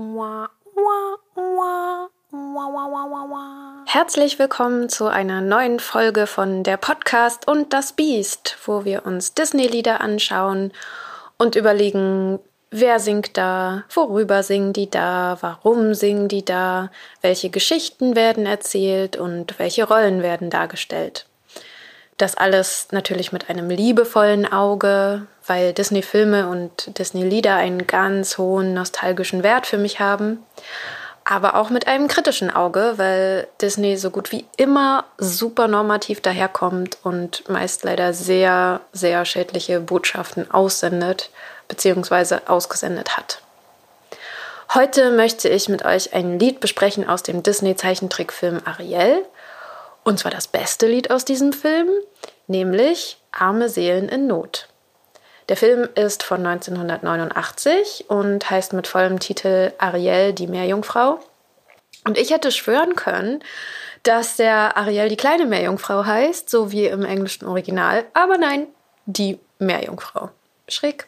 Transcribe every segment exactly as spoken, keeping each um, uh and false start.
Herzlich willkommen zu einer neuen Folge von der Podcast und das Biest, wo wir uns Disney-Lieder anschauen und überlegen, wer singt da, worüber singen die da, warum singen die da, welche Geschichten werden erzählt und welche Rollen werden dargestellt. Das alles natürlich mit einem liebevollen Auge, weil Disney-Filme und Disney-Lieder einen ganz hohen nostalgischen Wert für mich haben. Aber auch mit einem kritischen Auge, weil Disney so gut wie immer super normativ daherkommt und meist leider sehr, sehr schädliche Botschaften aussendet bzw. ausgesendet hat. Heute möchte ich mit euch ein Lied besprechen aus dem Disney-Zeichentrickfilm Ariel. Und zwar das beste Lied aus diesem Film, nämlich Arme Seelen in Not. Der Film ist von neunzehnhundertneunundachtzig und heißt mit vollem Titel Ariel, die Meerjungfrau. Und ich hätte schwören können, dass der Ariel die kleine Meerjungfrau heißt, so wie im englischen Original. Aber nein, die Meerjungfrau. Schräg.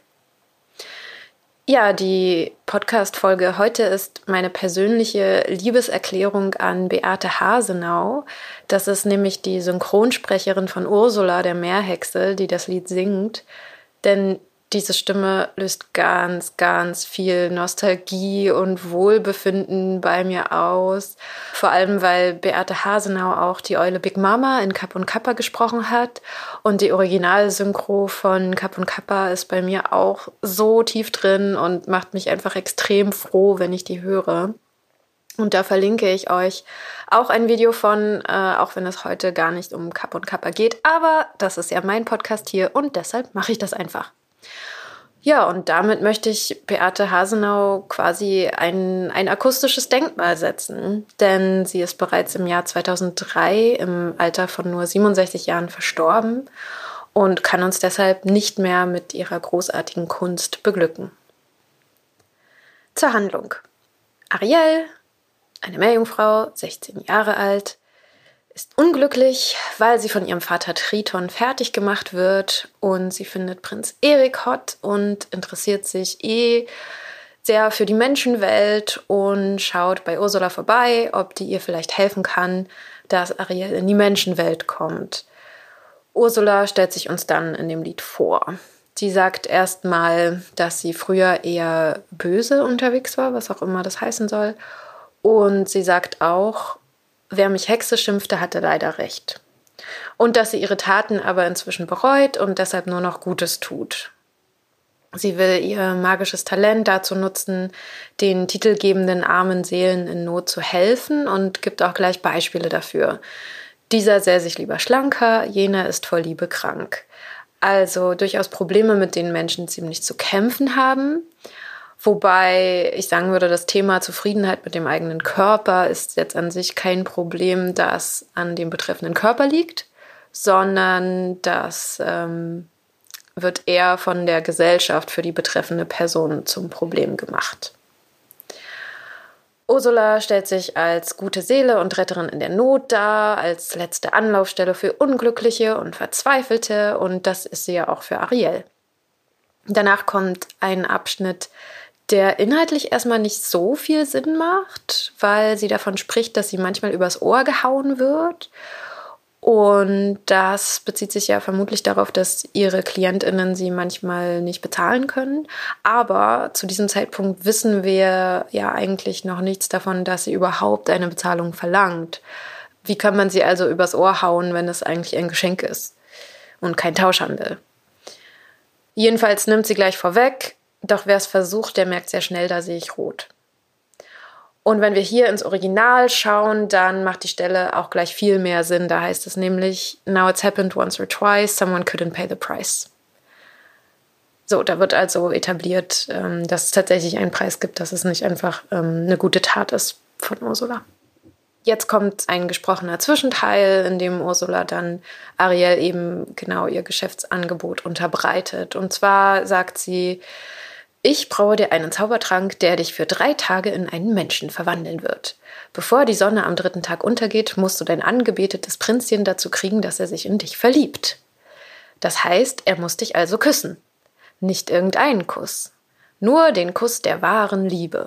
Ja, die Podcast-Folge heute ist meine persönliche Liebeserklärung an Beate Hasenau. Das ist nämlich die Synchronsprecherin von Ursula, der Meerhexe, die das Lied singt. Denn diese Stimme löst ganz, ganz viel Nostalgie und Wohlbefinden bei mir aus. Vor allem, weil Beate Hasenau auch die Eule Big Mama in Kapp und Kappa gesprochen hat. Und die Originalsynchro von Kapp und Kappa ist bei mir auch so tief drin und macht mich einfach extrem froh, wenn ich die höre. Und da verlinke ich euch auch ein Video von, äh, auch wenn es heute gar nicht um Kapp und Kappa geht. Aber das ist ja mein Podcast hier und deshalb mache ich das einfach. Ja, und damit möchte ich Beate Hasenau quasi ein, ein akustisches Denkmal setzen. Denn sie ist bereits im Jahr zweitausenddrei im Alter von nur siebenundsechzig Jahren verstorben und kann uns deshalb nicht mehr mit ihrer großartigen Kunst beglücken. Zur Handlung. Ariel, eine Meerjungfrau, sechzehn Jahre alt, ist unglücklich, weil sie von ihrem Vater Triton fertig gemacht wird und sie findet Prinz Erik hot und interessiert sich eh sehr für die Menschenwelt und schaut bei Ursula vorbei, ob die ihr vielleicht helfen kann, dass Ariel in die Menschenwelt kommt. Ursula stellt sich uns dann in dem Lied vor. Sie sagt erstmal, dass sie früher eher böse unterwegs war, was auch immer das heißen soll. Und sie sagt auch, wer mich Hexe schimpfte, hatte leider recht. Und dass sie ihre Taten aber inzwischen bereut und deshalb nur noch Gutes tut. Sie will ihr magisches Talent dazu nutzen, den titelgebenden armen Seelen in Not zu helfen und gibt auch gleich Beispiele dafür. Dieser sähe sich lieber schlanker, jener ist vor Liebe krank. Also durchaus Probleme, mit denen Menschen ziemlich zu kämpfen haben. Wobei ich sagen würde, das Thema Zufriedenheit mit dem eigenen Körper ist jetzt an sich kein Problem, das an dem betreffenden Körper liegt, sondern das ähm, wird eher von der Gesellschaft für die betreffende Person zum Problem gemacht. Ursula stellt sich als gute Seele und Retterin in der Not dar, als letzte Anlaufstelle für Unglückliche und Verzweifelte und das ist sie ja auch für Ariel. Danach kommt ein Abschnitt, der inhaltlich erstmal nicht so viel Sinn macht, weil sie davon spricht, dass sie manchmal übers Ohr gehauen wird. Und das bezieht sich ja vermutlich darauf, dass ihre KlientInnen sie manchmal nicht bezahlen können. Aber zu diesem Zeitpunkt wissen wir ja eigentlich noch nichts davon, dass sie überhaupt eine Bezahlung verlangt. Wie kann man sie also übers Ohr hauen, wenn es eigentlich ein Geschenk ist und kein Tauschhandel? Jedenfalls nimmt sie gleich vorweg, doch wer es versucht, der merkt sehr schnell, da sehe ich rot. Und wenn wir hier ins Original schauen, dann macht die Stelle auch gleich viel mehr Sinn. Da heißt es nämlich, now it's happened once or twice, someone couldn't pay the price. So, da wird also etabliert, dass es tatsächlich einen Preis gibt, dass es nicht einfach eine gute Tat ist von Ursula. Jetzt kommt ein gesprochener Zwischenteil, in dem Ursula dann Ariel eben genau ihr Geschäftsangebot unterbreitet. Und zwar sagt sie, ich braue dir einen Zaubertrank, der dich für drei Tage in einen Menschen verwandeln wird. Bevor die Sonne am dritten Tag untergeht, musst du dein angebetetes Prinzchen dazu kriegen, dass er sich in dich verliebt. Das heißt, er muss dich also küssen. Nicht irgendeinen Kuss. Nur den Kuss der wahren Liebe.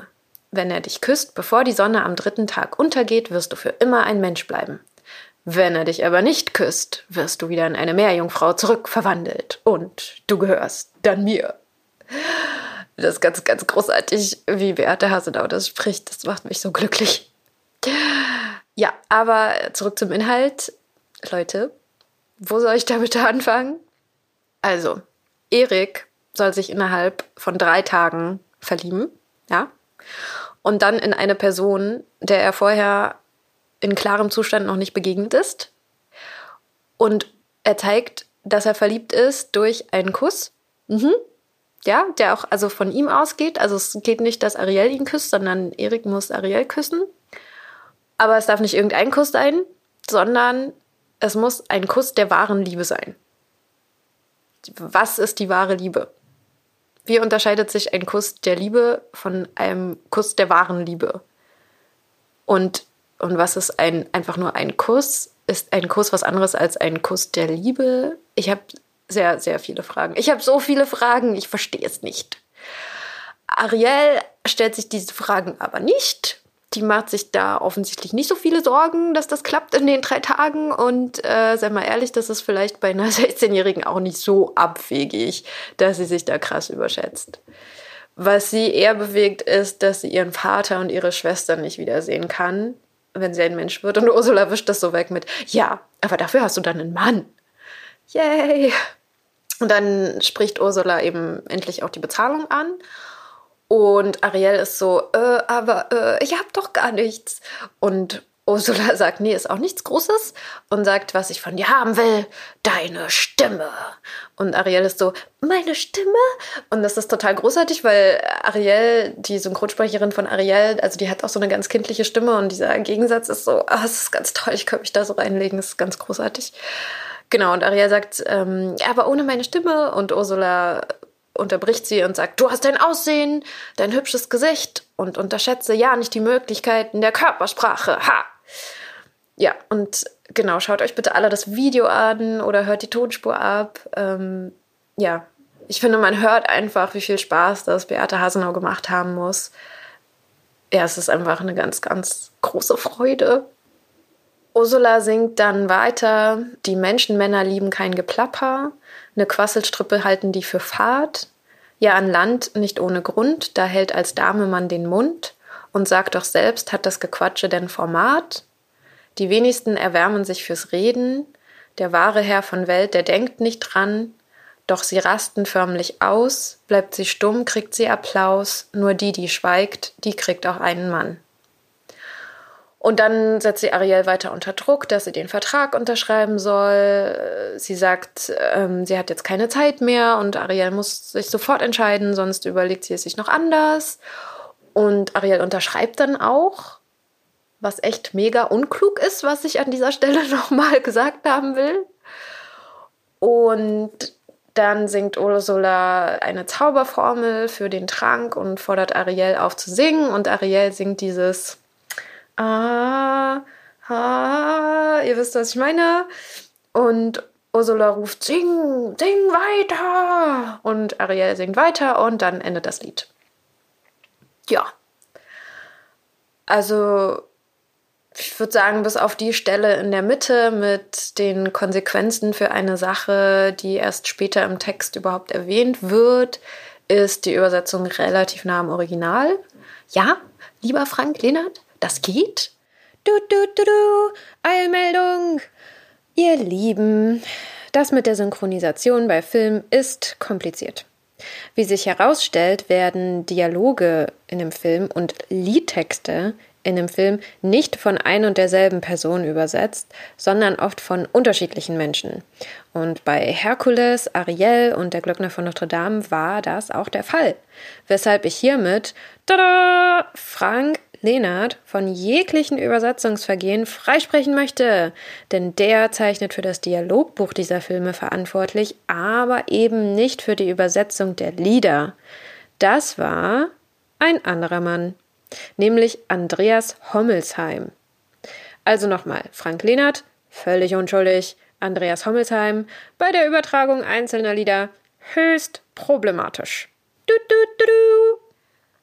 Wenn er dich küsst, bevor die Sonne am dritten Tag untergeht, wirst du für immer ein Mensch bleiben. Wenn er dich aber nicht küsst, wirst du wieder in eine Meerjungfrau zurückverwandelt und du gehörst dann mir. Das ist ganz, ganz großartig, wie Beate Hasenau das spricht. Das macht mich so glücklich. Ja, aber zurück zum Inhalt. Leute, wo soll ich da bitte anfangen? Also, Erik soll sich innerhalb von drei Tagen verlieben, ja, und dann in eine Person, der er vorher in klarem Zustand noch nicht begegnet ist. Und er zeigt, dass er verliebt ist durch einen Kuss. Mhm. Ja, der auch also von ihm ausgeht. Also es geht nicht, dass Ariel ihn küsst, sondern Erik muss Ariel küssen. Aber es darf nicht irgendein Kuss sein, sondern es muss ein Kuss der wahren Liebe sein. Was ist die wahre Liebe? Wie unterscheidet sich ein Kuss der Liebe von einem Kuss der wahren Liebe? Und, und was ist ein einfach nur ein Kuss? Ist ein Kuss was anderes als ein Kuss der Liebe? Ich habe sehr, sehr viele Fragen. Ich habe so viele Fragen, ich verstehe es nicht. Ariel stellt sich diese Fragen aber nicht. Die macht sich da offensichtlich nicht so viele Sorgen, dass das klappt in den drei Tagen. Und äh, sei mal ehrlich, das ist vielleicht bei einer sechzehnjährigen auch nicht so abwegig, dass sie sich da krass überschätzt. Was sie eher bewegt, ist, dass sie ihren Vater und ihre Schwester nicht wiedersehen kann, wenn sie ein Mensch wird. Und Ursula wischt das so weg mit, ja, aber dafür hast du dann einen Mann. Yay! Und dann spricht Ursula eben endlich auch die Bezahlung an. Und Ariel ist so, äh, aber äh, ich hab doch gar nichts. Und Ursula sagt, nee, ist auch nichts Großes. Und sagt, was ich von dir haben will, deine Stimme. Und Ariel ist so, meine Stimme? Und das ist total großartig, weil Ariel, die Synchronsprecherin von Ariel, also die hat auch so eine ganz kindliche Stimme. Und dieser Gegensatz ist so, ah, das ist ganz toll, ich könnte mich da so reinlegen, das ist ganz großartig. Genau, und Ariel sagt, ähm, ja, aber ohne meine Stimme. Und Ursula unterbricht sie und sagt, du hast dein Aussehen, dein hübsches Gesicht und unterschätze ja nicht die Möglichkeiten der Körpersprache. Ha! Ja, und genau, schaut euch bitte alle das Video an oder hört die Tonspur ab. Ähm, ja, ich finde, man hört einfach, wie viel Spaß das Beate Hasenau gemacht haben muss. Ja, es ist einfach eine ganz, ganz große Freude. Ursula singt dann weiter, die Menschenmänner lieben kein Geplapper, eine Quasselstrippe halten die für Fahrt, ja an Land nicht ohne Grund, da hält als Dame man den Mund und sagt doch selbst, hat das Gequatsche denn Format? Die wenigsten erwärmen sich fürs Reden, der wahre Herr von Welt, der denkt nicht dran, doch sie rasten förmlich aus, bleibt sie stumm, kriegt sie Applaus, nur die, die schweigt, die kriegt auch einen Mann. Und dann setzt sie Ariel weiter unter Druck, dass sie den Vertrag unterschreiben soll. Sie sagt, ähm, sie hat jetzt keine Zeit mehr und Ariel muss sich sofort entscheiden, sonst überlegt sie es sich noch anders. Und Ariel unterschreibt dann auch, was echt mega unklug ist, was ich an dieser Stelle nochmal gesagt haben will. Und dann singt Ursula eine Zauberformel für den Trank und fordert Ariel auf zu singen. Und Ariel singt dieses Ah, ah, ihr wisst, was ich meine. Und Ursula ruft, sing, sing weiter. Und Ariel singt weiter und dann endet das Lied. Ja. Also, ich würde sagen, bis auf die Stelle in der Mitte mit den Konsequenzen für eine Sache, die erst später im Text überhaupt erwähnt wird, ist die Übersetzung relativ nah am Original. Ja, lieber Frank Lehnert, das geht? Du, du, du, du, Eilmeldung! Ihr Lieben, das mit der Synchronisation bei Film ist kompliziert. Wie sich herausstellt, werden Dialoge in dem Film und Liedtexte in dem Film nicht von ein und derselben Person übersetzt, sondern oft von unterschiedlichen Menschen. Und bei Herkules, Ariel und der Glöckner von Notre Dame war das auch der Fall. Weshalb ich hiermit tada, Frank Lehnert von jeglichen Übersetzungsvergehen freisprechen möchte, denn der zeichnet für das Dialogbuch dieser Filme verantwortlich, aber eben nicht für die Übersetzung der Lieder. Das war ein anderer Mann, nämlich Andreas Hommelsheim. Also nochmal, Frank Lehnert, völlig unschuldig, Andreas Hommelsheim, bei der Übertragung einzelner Lieder höchst problematisch. Du, du, du, du.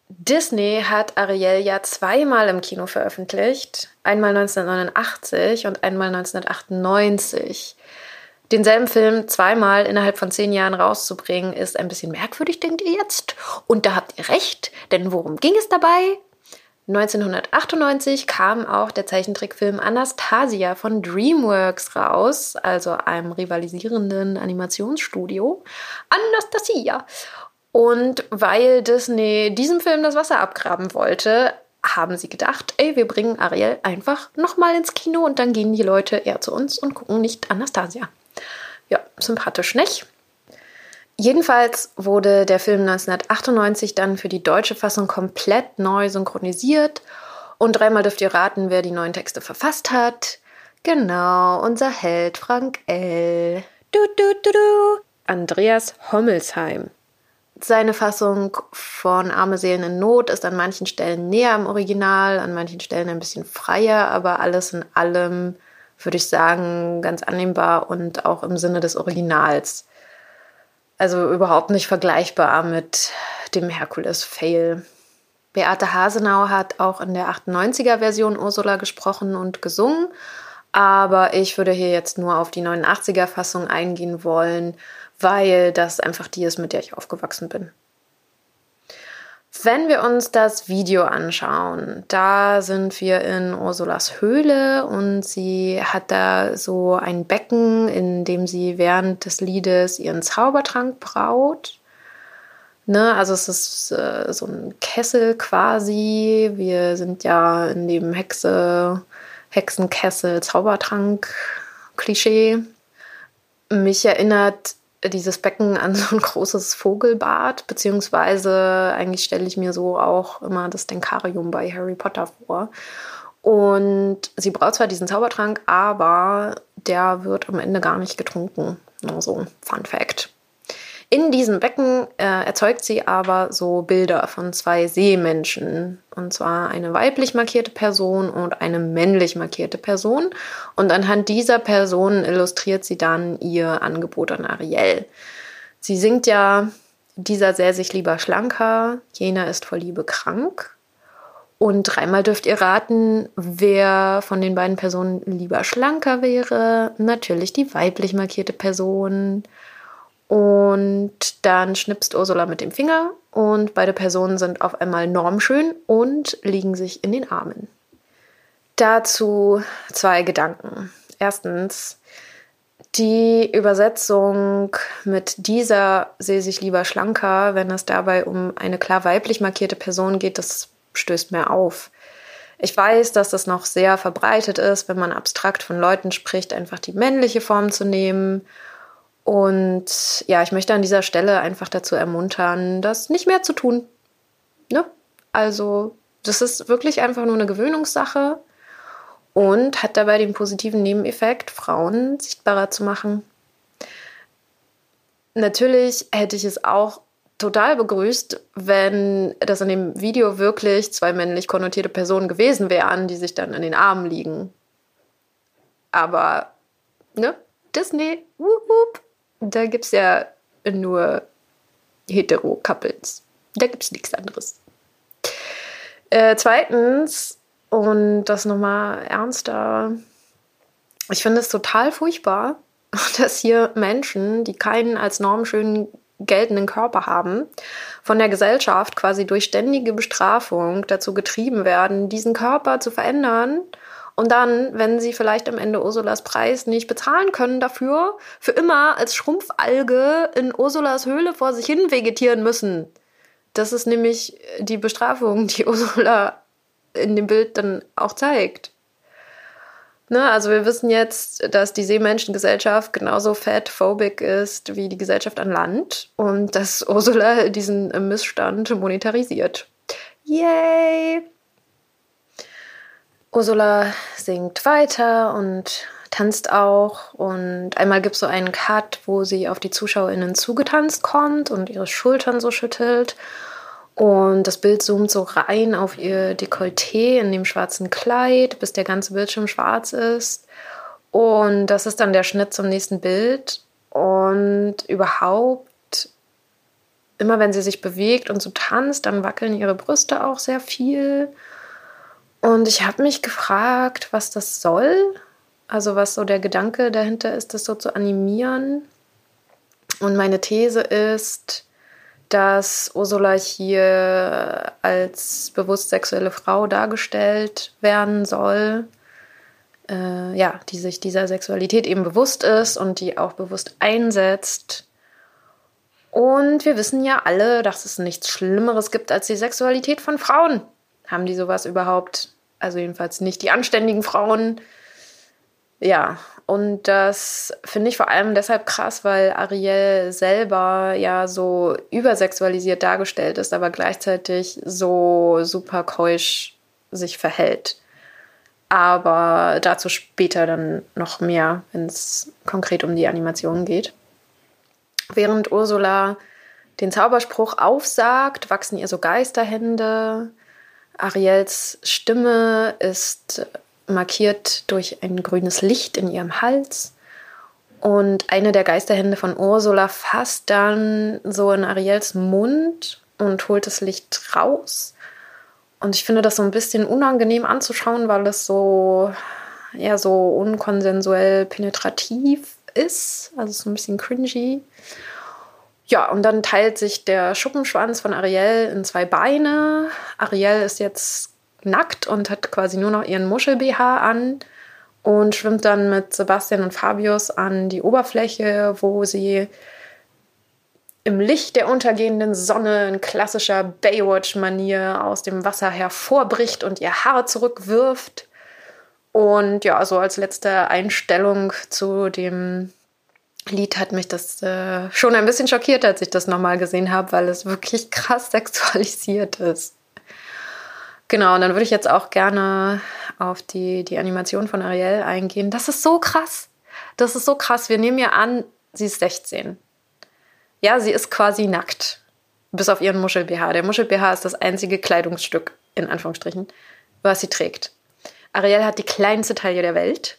Disney hat Ariel ja zweimal im Kino veröffentlicht. Einmal neunzehnhundertneunundachtzig und einmal neunzehnhundertachtundneunzig. Denselben Film zweimal innerhalb von zehn Jahren rauszubringen, ist ein bisschen merkwürdig, denkt ihr jetzt? Und da habt ihr recht, denn worum ging es dabei? neunzehnhundertachtundneunzig kam auch der Zeichentrickfilm Anastasia von DreamWorks raus, also einem rivalisierenden Animationsstudio. Anastasia! Und weil Disney diesem Film das Wasser abgraben wollte, haben sie gedacht, ey, wir bringen Ariel einfach nochmal ins Kino und dann gehen die Leute eher zu uns und gucken nicht Anastasia. Ja, sympathisch, nicht? Jedenfalls wurde der Film neunzehnhundertachtundneunzig dann für die deutsche Fassung komplett neu synchronisiert. Und dreimal dürft ihr raten, wer die neuen Texte verfasst hat. Genau, unser Held Frank L. Du, du, du, du. Andreas Hommelsheim. Seine Fassung von Arme Seelen in Not ist an manchen Stellen näher am Original, an manchen Stellen ein bisschen freier, aber alles in allem, würde ich sagen, ganz annehmbar und auch im Sinne des Originals. Also überhaupt nicht vergleichbar mit dem Herkules-Fail. Beate Hasenau hat auch in der achtundneunziger-Version Ursula gesprochen und gesungen, aber ich würde hier jetzt nur auf die neunundachtziger-Fassung eingehen wollen, weil das einfach die ist, mit der ich aufgewachsen bin. Wenn wir uns das Video anschauen, da sind wir in Ursulas Höhle und sie hat da so ein Becken, in dem sie während des Liedes ihren Zaubertrank braut. Ne, also es ist äh, so ein Kessel quasi. Wir sind ja in dem Hexe, Hexenkessel, Zaubertrank-Klischee. Mich erinnert dieses Becken an so ein großes Vogelbad, beziehungsweise eigentlich stelle ich mir so auch immer das Denkarium bei Harry Potter vor. Und sie braut zwar diesen Zaubertrank, aber der wird am Ende gar nicht getrunken. Nur so, Fun Fact. In diesem Becken äh, erzeugt sie aber so Bilder von zwei Seemenschen. Und zwar eine weiblich markierte Person und eine männlich markierte Person. Und anhand dieser Personen illustriert sie dann ihr Angebot an Ariel. Sie singt ja, dieser sähe sich lieber schlanker, jener ist vor Liebe krank. Und dreimal dürft ihr raten, wer von den beiden Personen lieber schlanker wäre. Natürlich die weiblich markierte Person. Und dann schnipst Ursula mit dem Finger und beide Personen sind auf einmal normschön und liegen sich in den Armen. Dazu zwei Gedanken. Erstens, die Übersetzung mit dieser sehe sich lieber schlanker, wenn es dabei um eine klar weiblich markierte Person geht, das stößt mir auf. Ich weiß, dass das noch sehr verbreitet ist, wenn man abstrakt von Leuten spricht, einfach die männliche Form zu nehmen. Und ja, ich möchte an dieser Stelle einfach dazu ermuntern, das nicht mehr zu tun. Ne? Also, das ist wirklich einfach nur eine Gewöhnungssache und hat dabei den positiven Nebeneffekt, Frauen sichtbarer zu machen. Natürlich hätte ich es auch total begrüßt, wenn das in dem Video wirklich zwei männlich konnotierte Personen gewesen wären, die sich dann in den Armen liegen. Aber, ne? Disney, wup, wup. Da gibt es ja nur Hetero-Couples. Da gibt es nichts anderes. Äh, zweitens, und das nochmal ernster, ich finde es total furchtbar, dass hier Menschen, die keinen als normschön geltenden Körper haben, von der Gesellschaft quasi durch ständige Bestrafung dazu getrieben werden, diesen Körper zu verändern. Und dann, wenn sie vielleicht am Ende Ursulas Preis nicht bezahlen können dafür, für immer als Schrumpfalge in Ursulas Höhle vor sich hin vegetieren müssen. Das ist nämlich die Bestrafung, die Ursula in dem Bild dann auch zeigt. Ne, also wir wissen jetzt, dass die Seemenschengesellschaft genauso fatphobic ist wie die Gesellschaft an Land und dass Ursula diesen Missstand monetarisiert. Yay! Ursula singt weiter und tanzt auch und einmal gibt es so einen Cut, wo sie auf die ZuschauerInnen zugetanzt kommt und ihre Schultern so schüttelt und das Bild zoomt so rein auf ihr Dekolleté in dem schwarzen Kleid, bis der ganze Bildschirm schwarz ist und das ist dann der Schnitt zum nächsten Bild und überhaupt immer wenn sie sich bewegt und so tanzt, dann wackeln ihre Brüste auch sehr viel. Und ich habe mich gefragt, was das soll. Also was so der Gedanke dahinter ist, das so zu animieren. Und meine These ist, dass Ursula hier als bewusst sexuelle Frau dargestellt werden soll, äh, ja, die sich dieser Sexualität eben bewusst ist und die auch bewusst einsetzt. Und wir wissen ja alle, dass es nichts Schlimmeres gibt als die Sexualität von Frauen. Haben die sowas überhaupt? Also jedenfalls nicht die anständigen Frauen. Ja, und das finde ich vor allem deshalb krass, weil Ariel selber ja so übersexualisiert dargestellt ist, aber gleichzeitig so super keusch sich verhält. Aber dazu später dann noch mehr, wenn es konkret um die Animation geht. Während Ursula den Zauberspruch aufsagt, wachsen ihr so Geisterhände. Ariels Stimme ist markiert durch ein grünes Licht in ihrem Hals. Und eine der Geisterhände von Ursula fasst dann so in Ariels Mund und holt das Licht raus. Und ich finde das so ein bisschen unangenehm anzuschauen, weil es so, ja, so unkonsensuell penetrativ ist. Also so ein bisschen cringy. Ja, und dann teilt sich der Schuppenschwanz von Ariel in zwei Beine. Ariel ist jetzt nackt und hat quasi nur noch ihren Muschel-B H an und schwimmt dann mit Sebastian und Fabius an die Oberfläche, wo sie im Licht der untergehenden Sonne in klassischer Baywatch-Manier aus dem Wasser hervorbricht und ihr Haar zurückwirft. Und ja, so als letzte Einstellung zu dem Lied hat mich das äh, schon ein bisschen schockiert, als ich das nochmal gesehen habe, weil es wirklich krass sexualisiert ist. Genau, und dann würde ich jetzt auch gerne auf die, die Animation von Ariel eingehen. Das ist so krass. Das ist so krass. Wir nehmen ja an, sie ist sechzehn. Ja, sie ist quasi nackt. Bis auf ihren Muschel-B H. Der Muschel-B H ist das einzige Kleidungsstück, in Anführungsstrichen, was sie trägt. Ariel hat die kleinste Taille der Welt.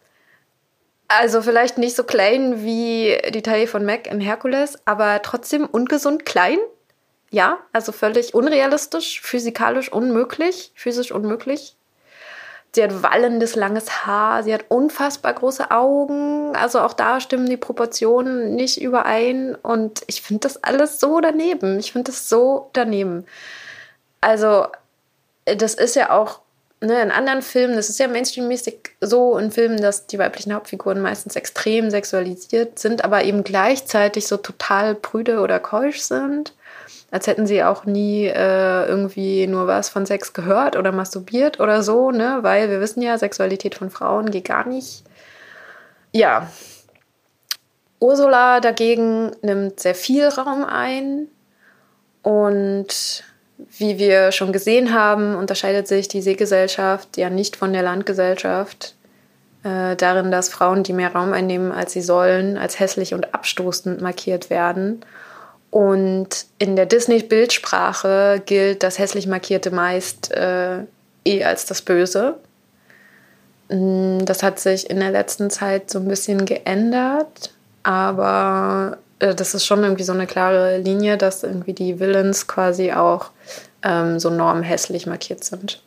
Also vielleicht nicht so klein wie die Taille von Meg in Herkules, aber trotzdem ungesund klein. Ja, also völlig unrealistisch, physikalisch unmöglich, physisch unmöglich. Sie hat wallendes, langes Haar, sie hat unfassbar große Augen, also auch da stimmen die Proportionen nicht überein und ich finde das alles so daneben, ich finde das so daneben. Also das ist ja auch, ne, in anderen Filmen, das ist ja mainstreammäßig so in Filmen, dass die weiblichen Hauptfiguren meistens extrem sexualisiert sind, aber eben gleichzeitig so total prüde oder keusch sind. Als hätten sie auch nie äh, irgendwie nur was von Sex gehört oder masturbiert oder so, ne? Weil wir wissen ja, Sexualität von Frauen geht gar nicht. Ja. Ursula dagegen nimmt sehr viel Raum ein und wie wir schon gesehen haben, unterscheidet sich die Seegesellschaft ja nicht von der Landgesellschaft äh, darin, dass Frauen, die mehr Raum einnehmen, als sie sollen, als hässlich und abstoßend markiert werden. Und in der Disney-Bildsprache gilt das hässlich Markierte meist äh, eh als das Böse. Das hat sich in der letzten Zeit so ein bisschen geändert, aber äh, das ist schon irgendwie so eine klare Linie, dass irgendwie die Villains quasi auch ähm, so normhässlich markiert sind.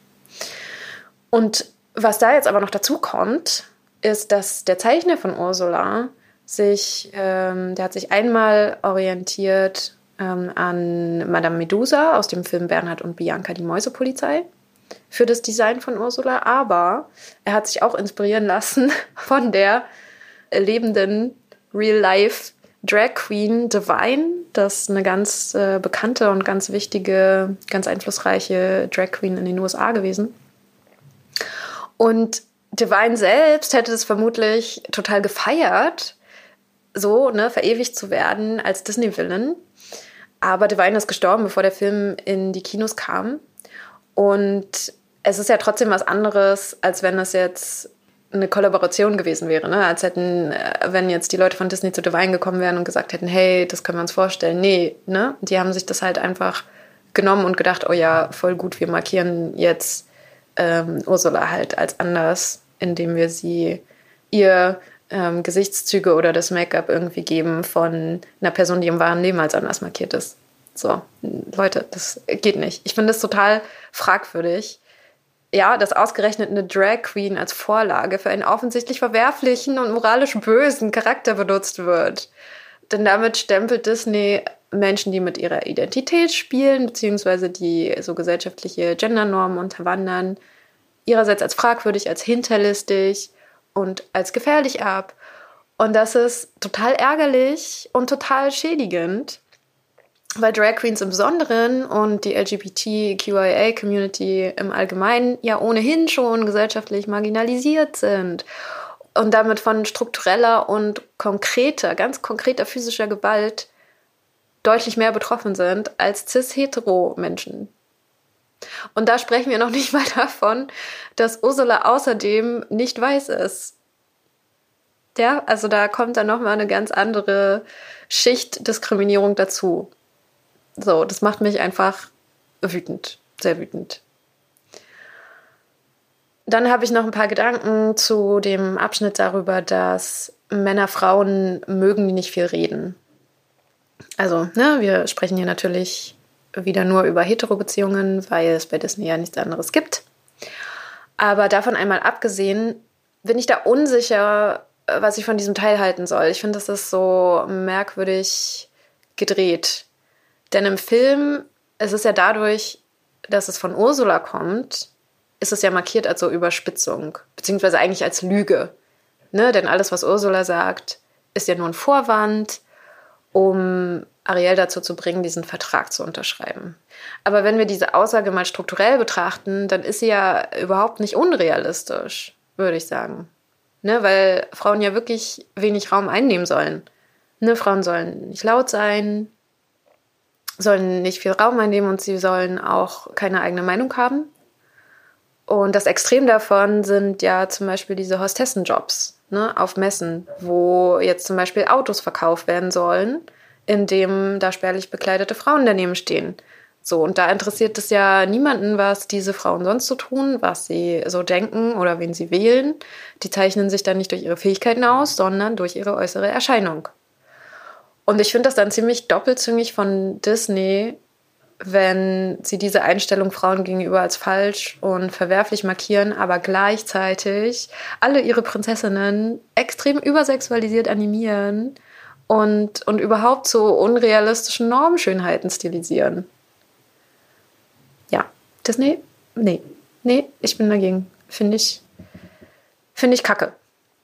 Und was da jetzt aber noch dazu kommt, ist, dass der Zeichner von Ursula sich, ähm, der hat sich einmal orientiert ähm, an Madame Medusa aus dem Film Bernhard und Bianca, die Mäusepolizei, für das Design von Ursula, aber er hat sich auch inspirieren lassen von der lebenden Real-Life Drag Queen Divine, das ist eine ganz äh, bekannte und ganz wichtige, ganz einflussreiche Drag Queen in den U S A gewesen. Und Divine selbst hätte es vermutlich total gefeiert, so, ne, verewigt zu werden als Disney-Villain. Aber Divine ist gestorben, bevor der Film in die Kinos kam. Und es ist ja trotzdem was anderes, als wenn es jetzt eine Kollaboration gewesen wäre, ne? Als hätten, wenn jetzt die Leute von Disney zu Divine gekommen wären und gesagt hätten, hey, das können wir uns vorstellen. Nee, ne? Die haben sich das halt einfach genommen und gedacht, oh ja, voll gut, wir markieren jetzt ähm, Ursula halt als anders, indem wir sie ihr ähm, Gesichtszüge oder das Make-up irgendwie geben von einer Person, die im wahren Leben als anders markiert ist. So, Leute, das geht nicht. Ich finde das total fragwürdig. Ja, dass ausgerechnet eine Drag Queen als Vorlage für einen offensichtlich verwerflichen und moralisch bösen Charakter benutzt wird. Denn damit stempelt Disney Menschen, die mit ihrer Identität spielen, beziehungsweise die so gesellschaftliche Gendernormen unterwandern, ihrerseits als fragwürdig, als hinterlistig und als gefährlich ab. Und das ist total ärgerlich und total schädigend, weil Drag Queens im Besonderen und die L G B T Q I A-Community im Allgemeinen ja ohnehin schon gesellschaftlich marginalisiert sind und damit von struktureller und konkreter, ganz konkreter physischer Gewalt deutlich mehr betroffen sind als cis-hetero-Menschen. Und da sprechen wir noch nicht mal davon, dass Ursula außerdem nicht weiß ist. Ja, also da kommt dann nochmal eine ganz andere Schicht Diskriminierung dazu. So, das macht mich einfach wütend, sehr wütend. Dann habe ich noch ein paar Gedanken zu dem Abschnitt darüber, dass Männer Frauen mögen, die nicht viel reden. Also, ne, wir sprechen hier natürlich wieder nur über Hetero-Beziehungen, weil es bei Disney ja nichts anderes gibt. Aber davon einmal abgesehen, bin ich da unsicher, was ich von diesem Teil halten soll. Ich finde, das ist so merkwürdig gedreht. Denn im Film, es ist ja dadurch, dass es von Ursula kommt, ist es ja markiert als so Überspitzung, beziehungsweise eigentlich als Lüge. Ne? Denn alles, was Ursula sagt, ist ja nur ein Vorwand, um Ariel dazu zu bringen, diesen Vertrag zu unterschreiben. Aber wenn wir diese Aussage mal strukturell betrachten, dann ist sie ja überhaupt nicht unrealistisch, würde ich sagen. Ne? Weil Frauen ja wirklich wenig Raum einnehmen sollen. Ne? Frauen sollen nicht laut sein, sollen nicht viel Raum einnehmen und sie sollen auch keine eigene Meinung haben. Und das Extrem davon sind ja zum Beispiel diese Hostessenjobs, ne, auf Messen, wo jetzt zum Beispiel Autos verkauft werden sollen, in dem da spärlich bekleidete Frauen daneben stehen. So, und da interessiert es ja niemanden, was diese Frauen sonst so tun, was sie so denken oder wen sie wählen. Die zeichnen sich dann nicht durch ihre Fähigkeiten aus, sondern durch ihre äußere Erscheinung. Und ich finde das dann ziemlich doppelzüngig von Disney, wenn sie diese Einstellung Frauen gegenüber als falsch und verwerflich markieren, aber gleichzeitig alle ihre Prinzessinnen extrem übersexualisiert animieren und, und überhaupt zu unrealistischen Normschönheiten stilisieren. Ja, Disney? Nee. Nee, ich bin dagegen. Finde ich, finde ich kacke.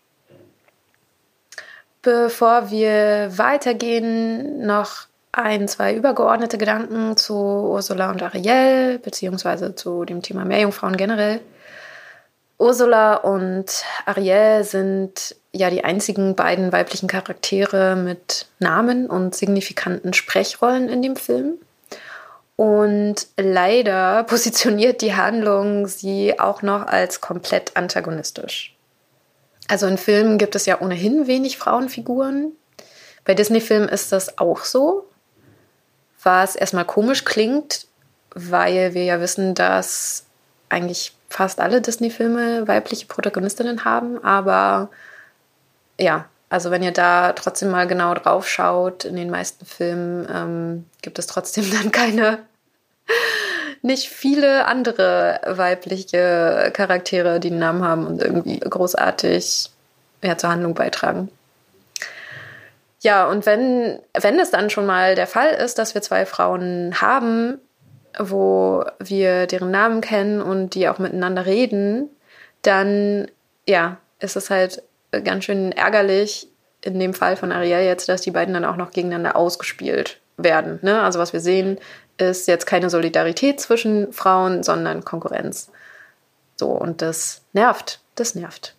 Bevor wir weitergehen, noch ein, zwei übergeordnete Gedanken zu Ursula und Ariel, beziehungsweise zu dem Thema Meerjungfrauen generell. Ursula und Ariel sind ja die einzigen beiden weiblichen Charaktere mit Namen und signifikanten Sprechrollen in dem Film. Und leider positioniert die Handlung sie auch noch als komplett antagonistisch. Also in Filmen gibt es ja ohnehin wenig Frauenfiguren. Bei Disney-Filmen ist das auch so, was erstmal komisch klingt, weil wir ja wissen, dass eigentlich fast alle Disney-Filme weibliche Protagonistinnen haben. Aber ja, also wenn ihr da trotzdem mal genau drauf schaut, in den meisten Filmen ähm, gibt es trotzdem dann keine, nicht viele andere weibliche Charaktere, die einen Namen haben und irgendwie großartig ja, zur Handlung beitragen. Ja, und wenn, wenn es dann schon mal der Fall ist, dass wir zwei Frauen haben, wo wir deren Namen kennen und die auch miteinander reden, dann ja, ist es halt ganz schön ärgerlich, in dem Fall von Ariel jetzt, dass die beiden dann auch noch gegeneinander ausgespielt werden. Ne? Also was wir sehen, ist jetzt keine Solidarität zwischen Frauen, sondern Konkurrenz. So, und das nervt, das nervt.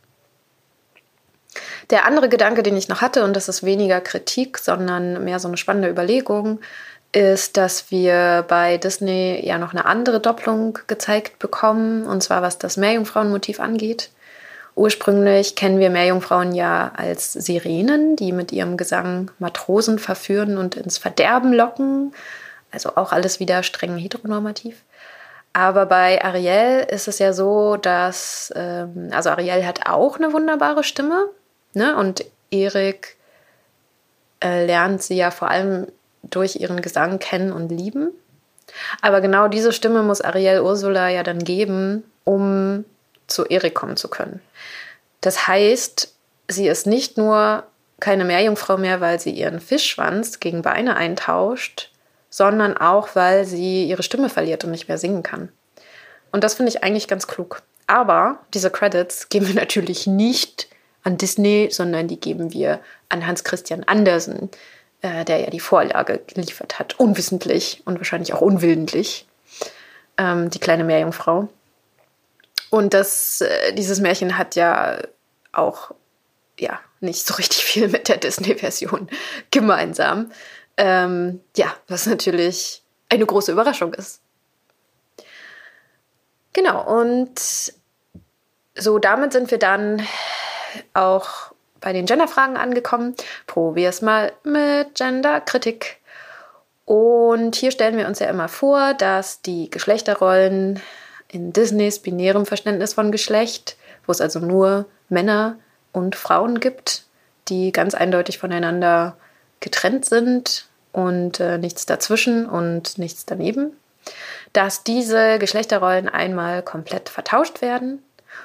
Der andere Gedanke, den ich noch hatte, und das ist weniger Kritik, sondern mehr so eine spannende Überlegung, ist, dass wir bei Disney ja noch eine andere Doppelung gezeigt bekommen, und zwar was das Meerjungfrauenmotiv angeht. Ursprünglich kennen wir Meerjungfrauen ja als Sirenen, die mit ihrem Gesang Matrosen verführen und ins Verderben locken. Also auch alles wieder streng heteronormativ. Aber bei Ariel ist es ja so, dass, ähm, also Ariel hat auch eine wunderbare Stimme, ne? Und Erik äh, lernt sie ja vor allem durch ihren Gesang kennen und lieben. Aber genau diese Stimme muss Ariel Ursula ja dann geben, um zu Erik kommen zu können. Das heißt, sie ist nicht nur keine Meerjungfrau mehr, weil sie ihren Fischschwanz gegen Beine eintauscht, sondern auch, weil sie ihre Stimme verliert und nicht mehr singen kann. Und das finde ich eigentlich ganz klug. Aber diese Credits geben wir natürlich nicht an Disney, sondern die geben wir an Hans Christian Andersen, äh, der ja die Vorlage geliefert hat, unwissentlich und wahrscheinlich auch unwillentlich, ähm, die kleine Meerjungfrau. Und das, äh, dieses Märchen hat ja auch ja, nicht so richtig viel mit der Disney-Version gemeinsam. Ähm, ja, was natürlich eine große Überraschung ist. Genau, und so damit sind wir dann auch bei den Gender-Fragen angekommen. Probier's mal mit Gender-Kritik. Und hier stellen wir uns ja immer vor, dass die Geschlechterrollen in Disneys binärem Verständnis von Geschlecht, wo es also nur Männer und Frauen gibt, die ganz eindeutig voneinander getrennt sind und äh, nichts dazwischen und nichts daneben, dass diese Geschlechterrollen einmal komplett vertauscht werden.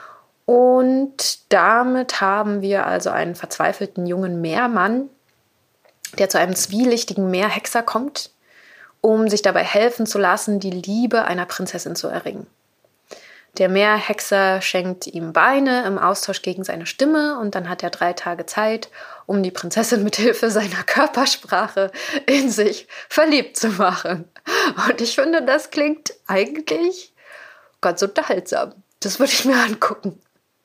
Und damit haben wir also einen verzweifelten jungen Meermann, der zu einem zwielichtigen Meerhexer kommt, um sich dabei helfen zu lassen, die Liebe einer Prinzessin zu erringen. Der Meerhexer schenkt ihm Beine im Austausch gegen seine Stimme und dann hat er drei Tage Zeit, um die Prinzessin mit Hilfe seiner Körpersprache in sich verliebt zu machen. Und ich finde, das klingt eigentlich ganz unterhaltsam. Das würde ich mir angucken.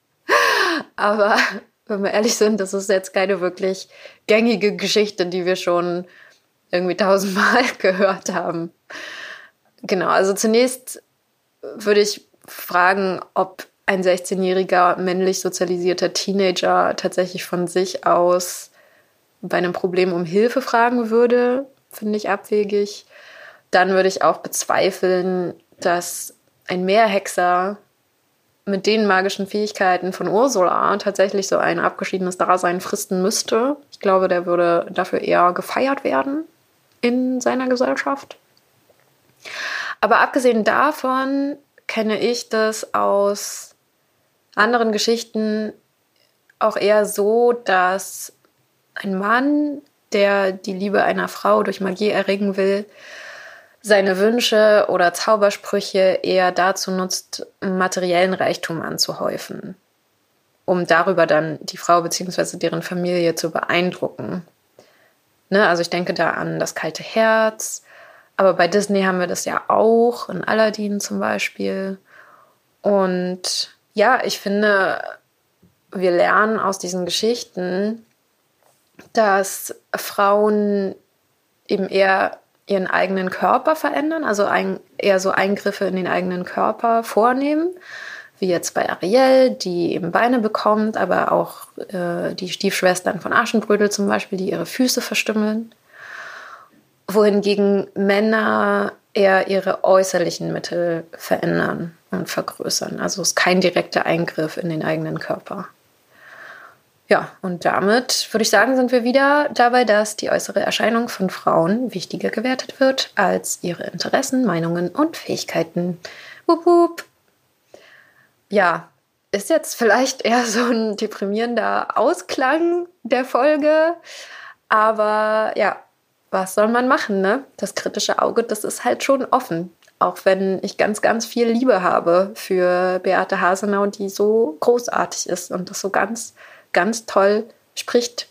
Aber wenn wir ehrlich sind, das ist jetzt keine wirklich gängige Geschichte, die wir schon irgendwie tausendmal gehört haben. Genau, also zunächst würde ich fragen, ob ein sechzehnjähriger männlich sozialisierter Teenager tatsächlich von sich aus bei einem Problem um Hilfe fragen würde, finde ich abwegig. Dann würde ich auch bezweifeln, dass ein Meerhexer mit den magischen Fähigkeiten von Ursula tatsächlich so ein abgeschiedenes Dasein fristen müsste. Ich glaube, der würde dafür eher gefeiert werden in seiner Gesellschaft. Aber abgesehen davon kenne ich das aus anderen Geschichten auch eher so, dass ein Mann, der die Liebe einer Frau durch Magie erregen will, seine Wünsche oder Zaubersprüche eher dazu nutzt, materiellen Reichtum anzuhäufen, um darüber dann die Frau bzw. deren Familie zu beeindrucken. Ne, also ich denke da an das kalte Herz, aber bei Disney haben wir das ja auch, in Aladdin zum Beispiel. Und ja, ich finde, wir lernen aus diesen Geschichten, dass Frauen eben eher ihren eigenen Körper verändern, also ein, eher so Eingriffe in den eigenen Körper vornehmen, wie jetzt bei Ariel, die eben Beine bekommt, aber auch äh, die Stiefschwestern von Aschenbrödel zum Beispiel, die ihre Füße verstümmeln. Wohingegen Männer eher ihre äußerlichen Mittel verändern und vergrößern. Also es ist kein direkter Eingriff in den eigenen Körper. Ja, und damit würde ich sagen, sind wir wieder dabei, dass die äußere Erscheinung von Frauen wichtiger gewertet wird als ihre Interessen, Meinungen und Fähigkeiten. Wup, wup. Ja, ist jetzt vielleicht eher so ein deprimierender Ausklang der Folge, aber ja, was soll man machen, ne? Das kritische Auge, das ist halt schon offen. Auch wenn ich ganz, ganz viel Liebe habe für Beate Hasenau, die so großartig ist und das so ganz, ganz toll spricht.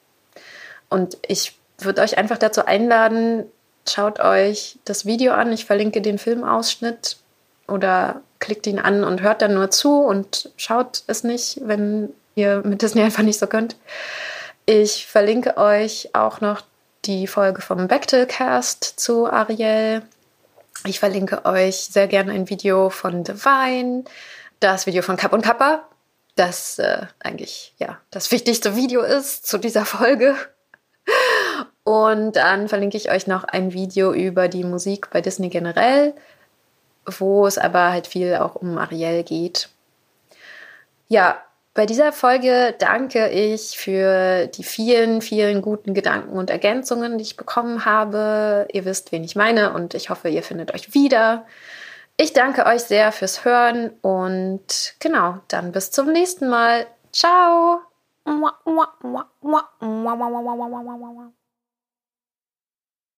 Und ich würde euch einfach dazu einladen, schaut euch das Video an. Ich verlinke den Filmausschnitt oder klickt ihn an und hört dann nur zu und schaut es nicht, wenn ihr mit Disney einfach nicht so könnt. Ich verlinke euch auch noch die Folge vom Bechtelcast zu Ariel. Ich verlinke euch sehr gerne ein Video von Divine, das Video von Kapp und Kappa, das äh, eigentlich ja das wichtigste Video ist zu dieser Folge. Und dann verlinke ich euch noch ein Video über die Musik bei Disney generell, wo es aber halt viel auch um Ariel geht. Ja, Bei dieser Folge danke ich für die vielen, vielen guten Gedanken und Ergänzungen, die ich bekommen habe. Ihr wisst, wen ich meine und ich hoffe, ihr findet euch wieder. Ich danke euch sehr fürs Hören und genau, dann bis zum nächsten Mal. Ciao!